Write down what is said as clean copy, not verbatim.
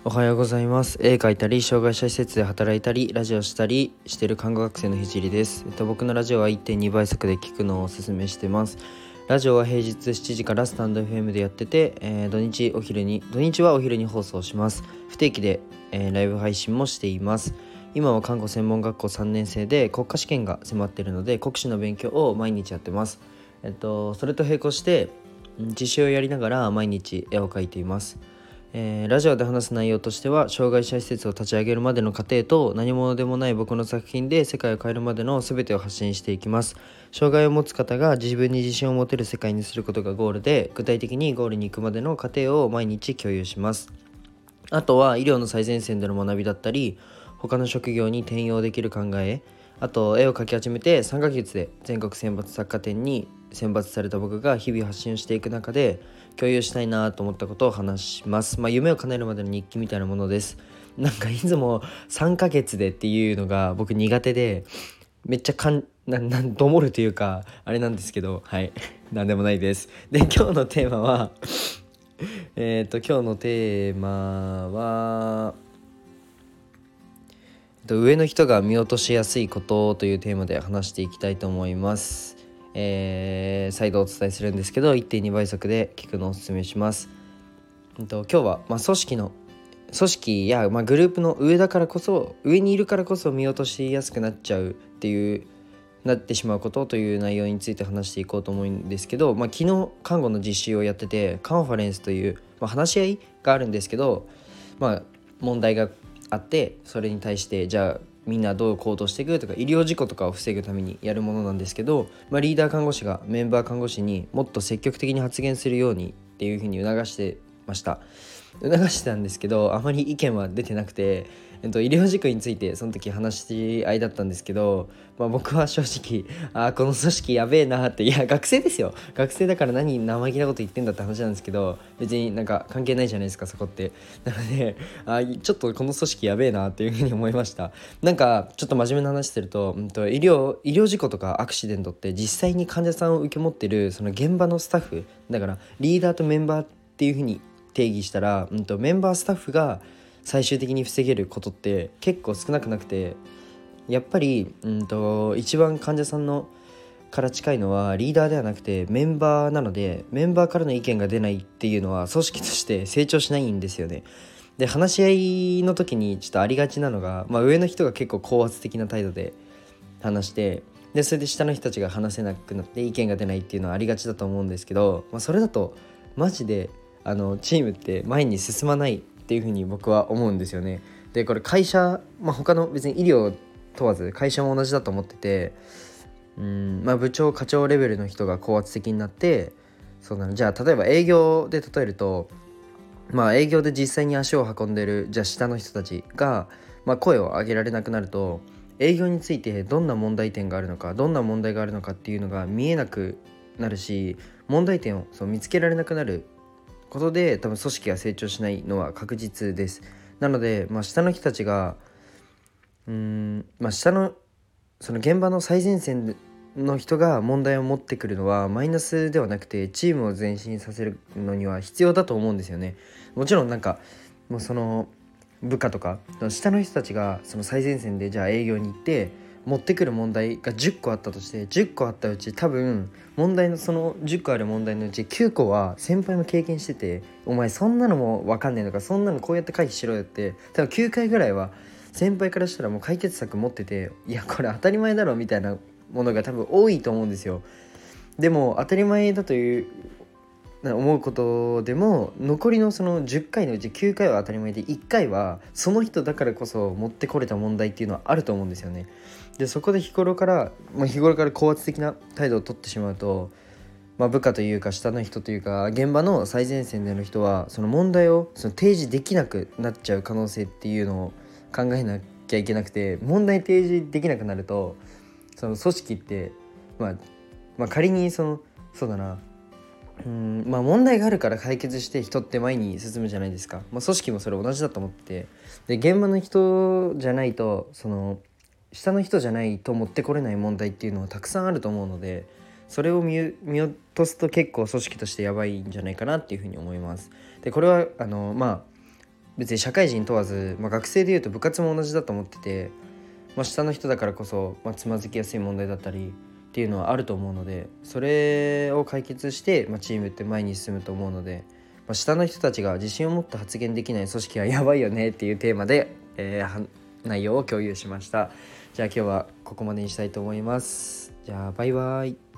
おはようございます。絵描いたり、障害者施設で働いたり、ラジオしたりしている看護学生のひじりです。僕のラジオは 1.2 倍速で聞くのをおすすめしてます。ラジオは平日7時からスタンド FM でやってて、土日はお昼に放送します。不定期で、ライブ配信もしています。今は看護専門学校3年生で国家試験が迫っているので国試の勉強を毎日やってます。それと並行して実習をやりながら毎日絵を描いています。ラジオで話す内容としては、障害者施設を立ち上げるまでの過程と、何者でもない僕の作品で世界を変えるまでの全てを発信していきます。障害を持つ方が自分に自信を持てる世界にすることがゴールで、具体的にゴールに行くまでの過程を毎日共有します。あとは医療の最前線での学びだったり、他の職業に転用できる考え、あと絵を描き始めて3ヶ月で全国選抜作家展に選抜された僕が日々発信をしていく中で共有したいなと思ったことを話します。夢を叶えるまでの日記みたいなものです。なんかいつも3ヶ月でっていうのが僕苦手で、めっちゃどもるというかあれなんですけど、はいなんでもないです。で、今日のテーマは上の人が見落としやすいことというテーマで話していきたいと思います。再度お伝えするんですけど 1.2 倍速で聞くのをお勧めします。今日は、組織や、グループの上にいるからこそ見落としやすくなってしまうことという内容について話していこうと思うんですけど、昨日看護の実習をやってて、カンファレンスという、話し合いがあるんですけど、問題があって、それに対してじゃあみんなどう行動していくとか、医療事故とかを防ぐためにやるものなんですけど、リーダー看護師がメンバー看護師にもっと積極的に発言するようにっていうふうに促してたんですけど、あまり意見は出てなくて、医療事故についてその時話し合いだったんですけど、僕は正直この組織やべえなって、いや学生ですよ、学生だから何生意気なこと言ってんだって話なんですけど、別になんか関係ないじゃないですか、そこって。なのでちょっとこの組織やべえなっていうふうに思いました。なんかちょっと真面目な話すると、医療事故とかアクシデントって実際に患者さんを受け持ってるその現場のスタッフだから、リーダーとメンバーっていうふうに定義したら、メンバースタッフが最終的に防げることって結構少なくなくて、やっぱり、一番患者さんのから近いのはリーダーではなくてメンバーなので、メンバーからの意見が出ないっていうのは組織として成長しないんですよね。で、話し合いの時にちょっとありがちなのが、上の人が結構高圧的な態度で話して、でそれで下の人たちが話せなくなって意見が出ないっていうのはありがちだと思うんですけど、それだとマジでチームって前に進まないっていうふうに僕は思うんですよね。で、これ会社、他の別に医療問わず会社も同じだと思ってて、部長課長レベルの人が高圧的になって、じゃあ例えば営業で例えると、営業で実際に足を運んでるじゃあ下の人たちが、声を上げられなくなると、営業についてどんな問題点があるのか、どんな問題があるのかっていうのが見えなくなるし、問題点を見つけられなくなることで多分組織が成長しないのは確実です。なので、下の人たちが下のその現場の最前線の人が問題を持ってくるのはマイナスではなくて、チームを前進させるのには必要だと思うんですよね。もちろんもうその部下とか下の人たちがその最前線でじゃあ営業に行って持ってくる問題が10個あったとして、10個あったうち多分問題のその10個ある問題のうち9個は先輩も経験してて、お前そんなのも分かんねえのか、そんなのこうやって回避しろよって、多分9回ぐらいは先輩からしたらもう解決策持ってて、いやこれ当たり前だろみたいなものが多分多いと思うんですよ。でも当たり前だという思うことでも、残りのその10回のうち9回は当たり前で、1回はその人だからこそ持ってこれた問題っていうのはあると思うんですよね。でそこで日頃から高圧的な態度を取ってしまうと、部下というか下の人というか現場の最前線での人はその問題を提示できなくなっちゃう可能性っていうのを考えなきゃいけなくて、問題提示できなくなるとその組織って仮にそうだな問題があるから解決して人って前に進むじゃないですか。組織もそれ同じだと思ってて、で現場の人じゃないと下の人じゃないと持ってこれない問題っていうのはたくさんあると思うので、それを見落とすと結構組織としてやばいんじゃないかなっていうふうに思います。でこれは別に社会人問わず、学生でいうと部活も同じだと思ってて、下の人だからこそ、つまずきやすい問題だったりっていうのはあると思うので、それを解決して、チームって前に進むと思うので、下の人たちが自信を持って発言できない組織はやばいよねっていうテーマで、内容を共有しました。じゃあ今日はここまでにしたいと思います。じゃあバイバイ。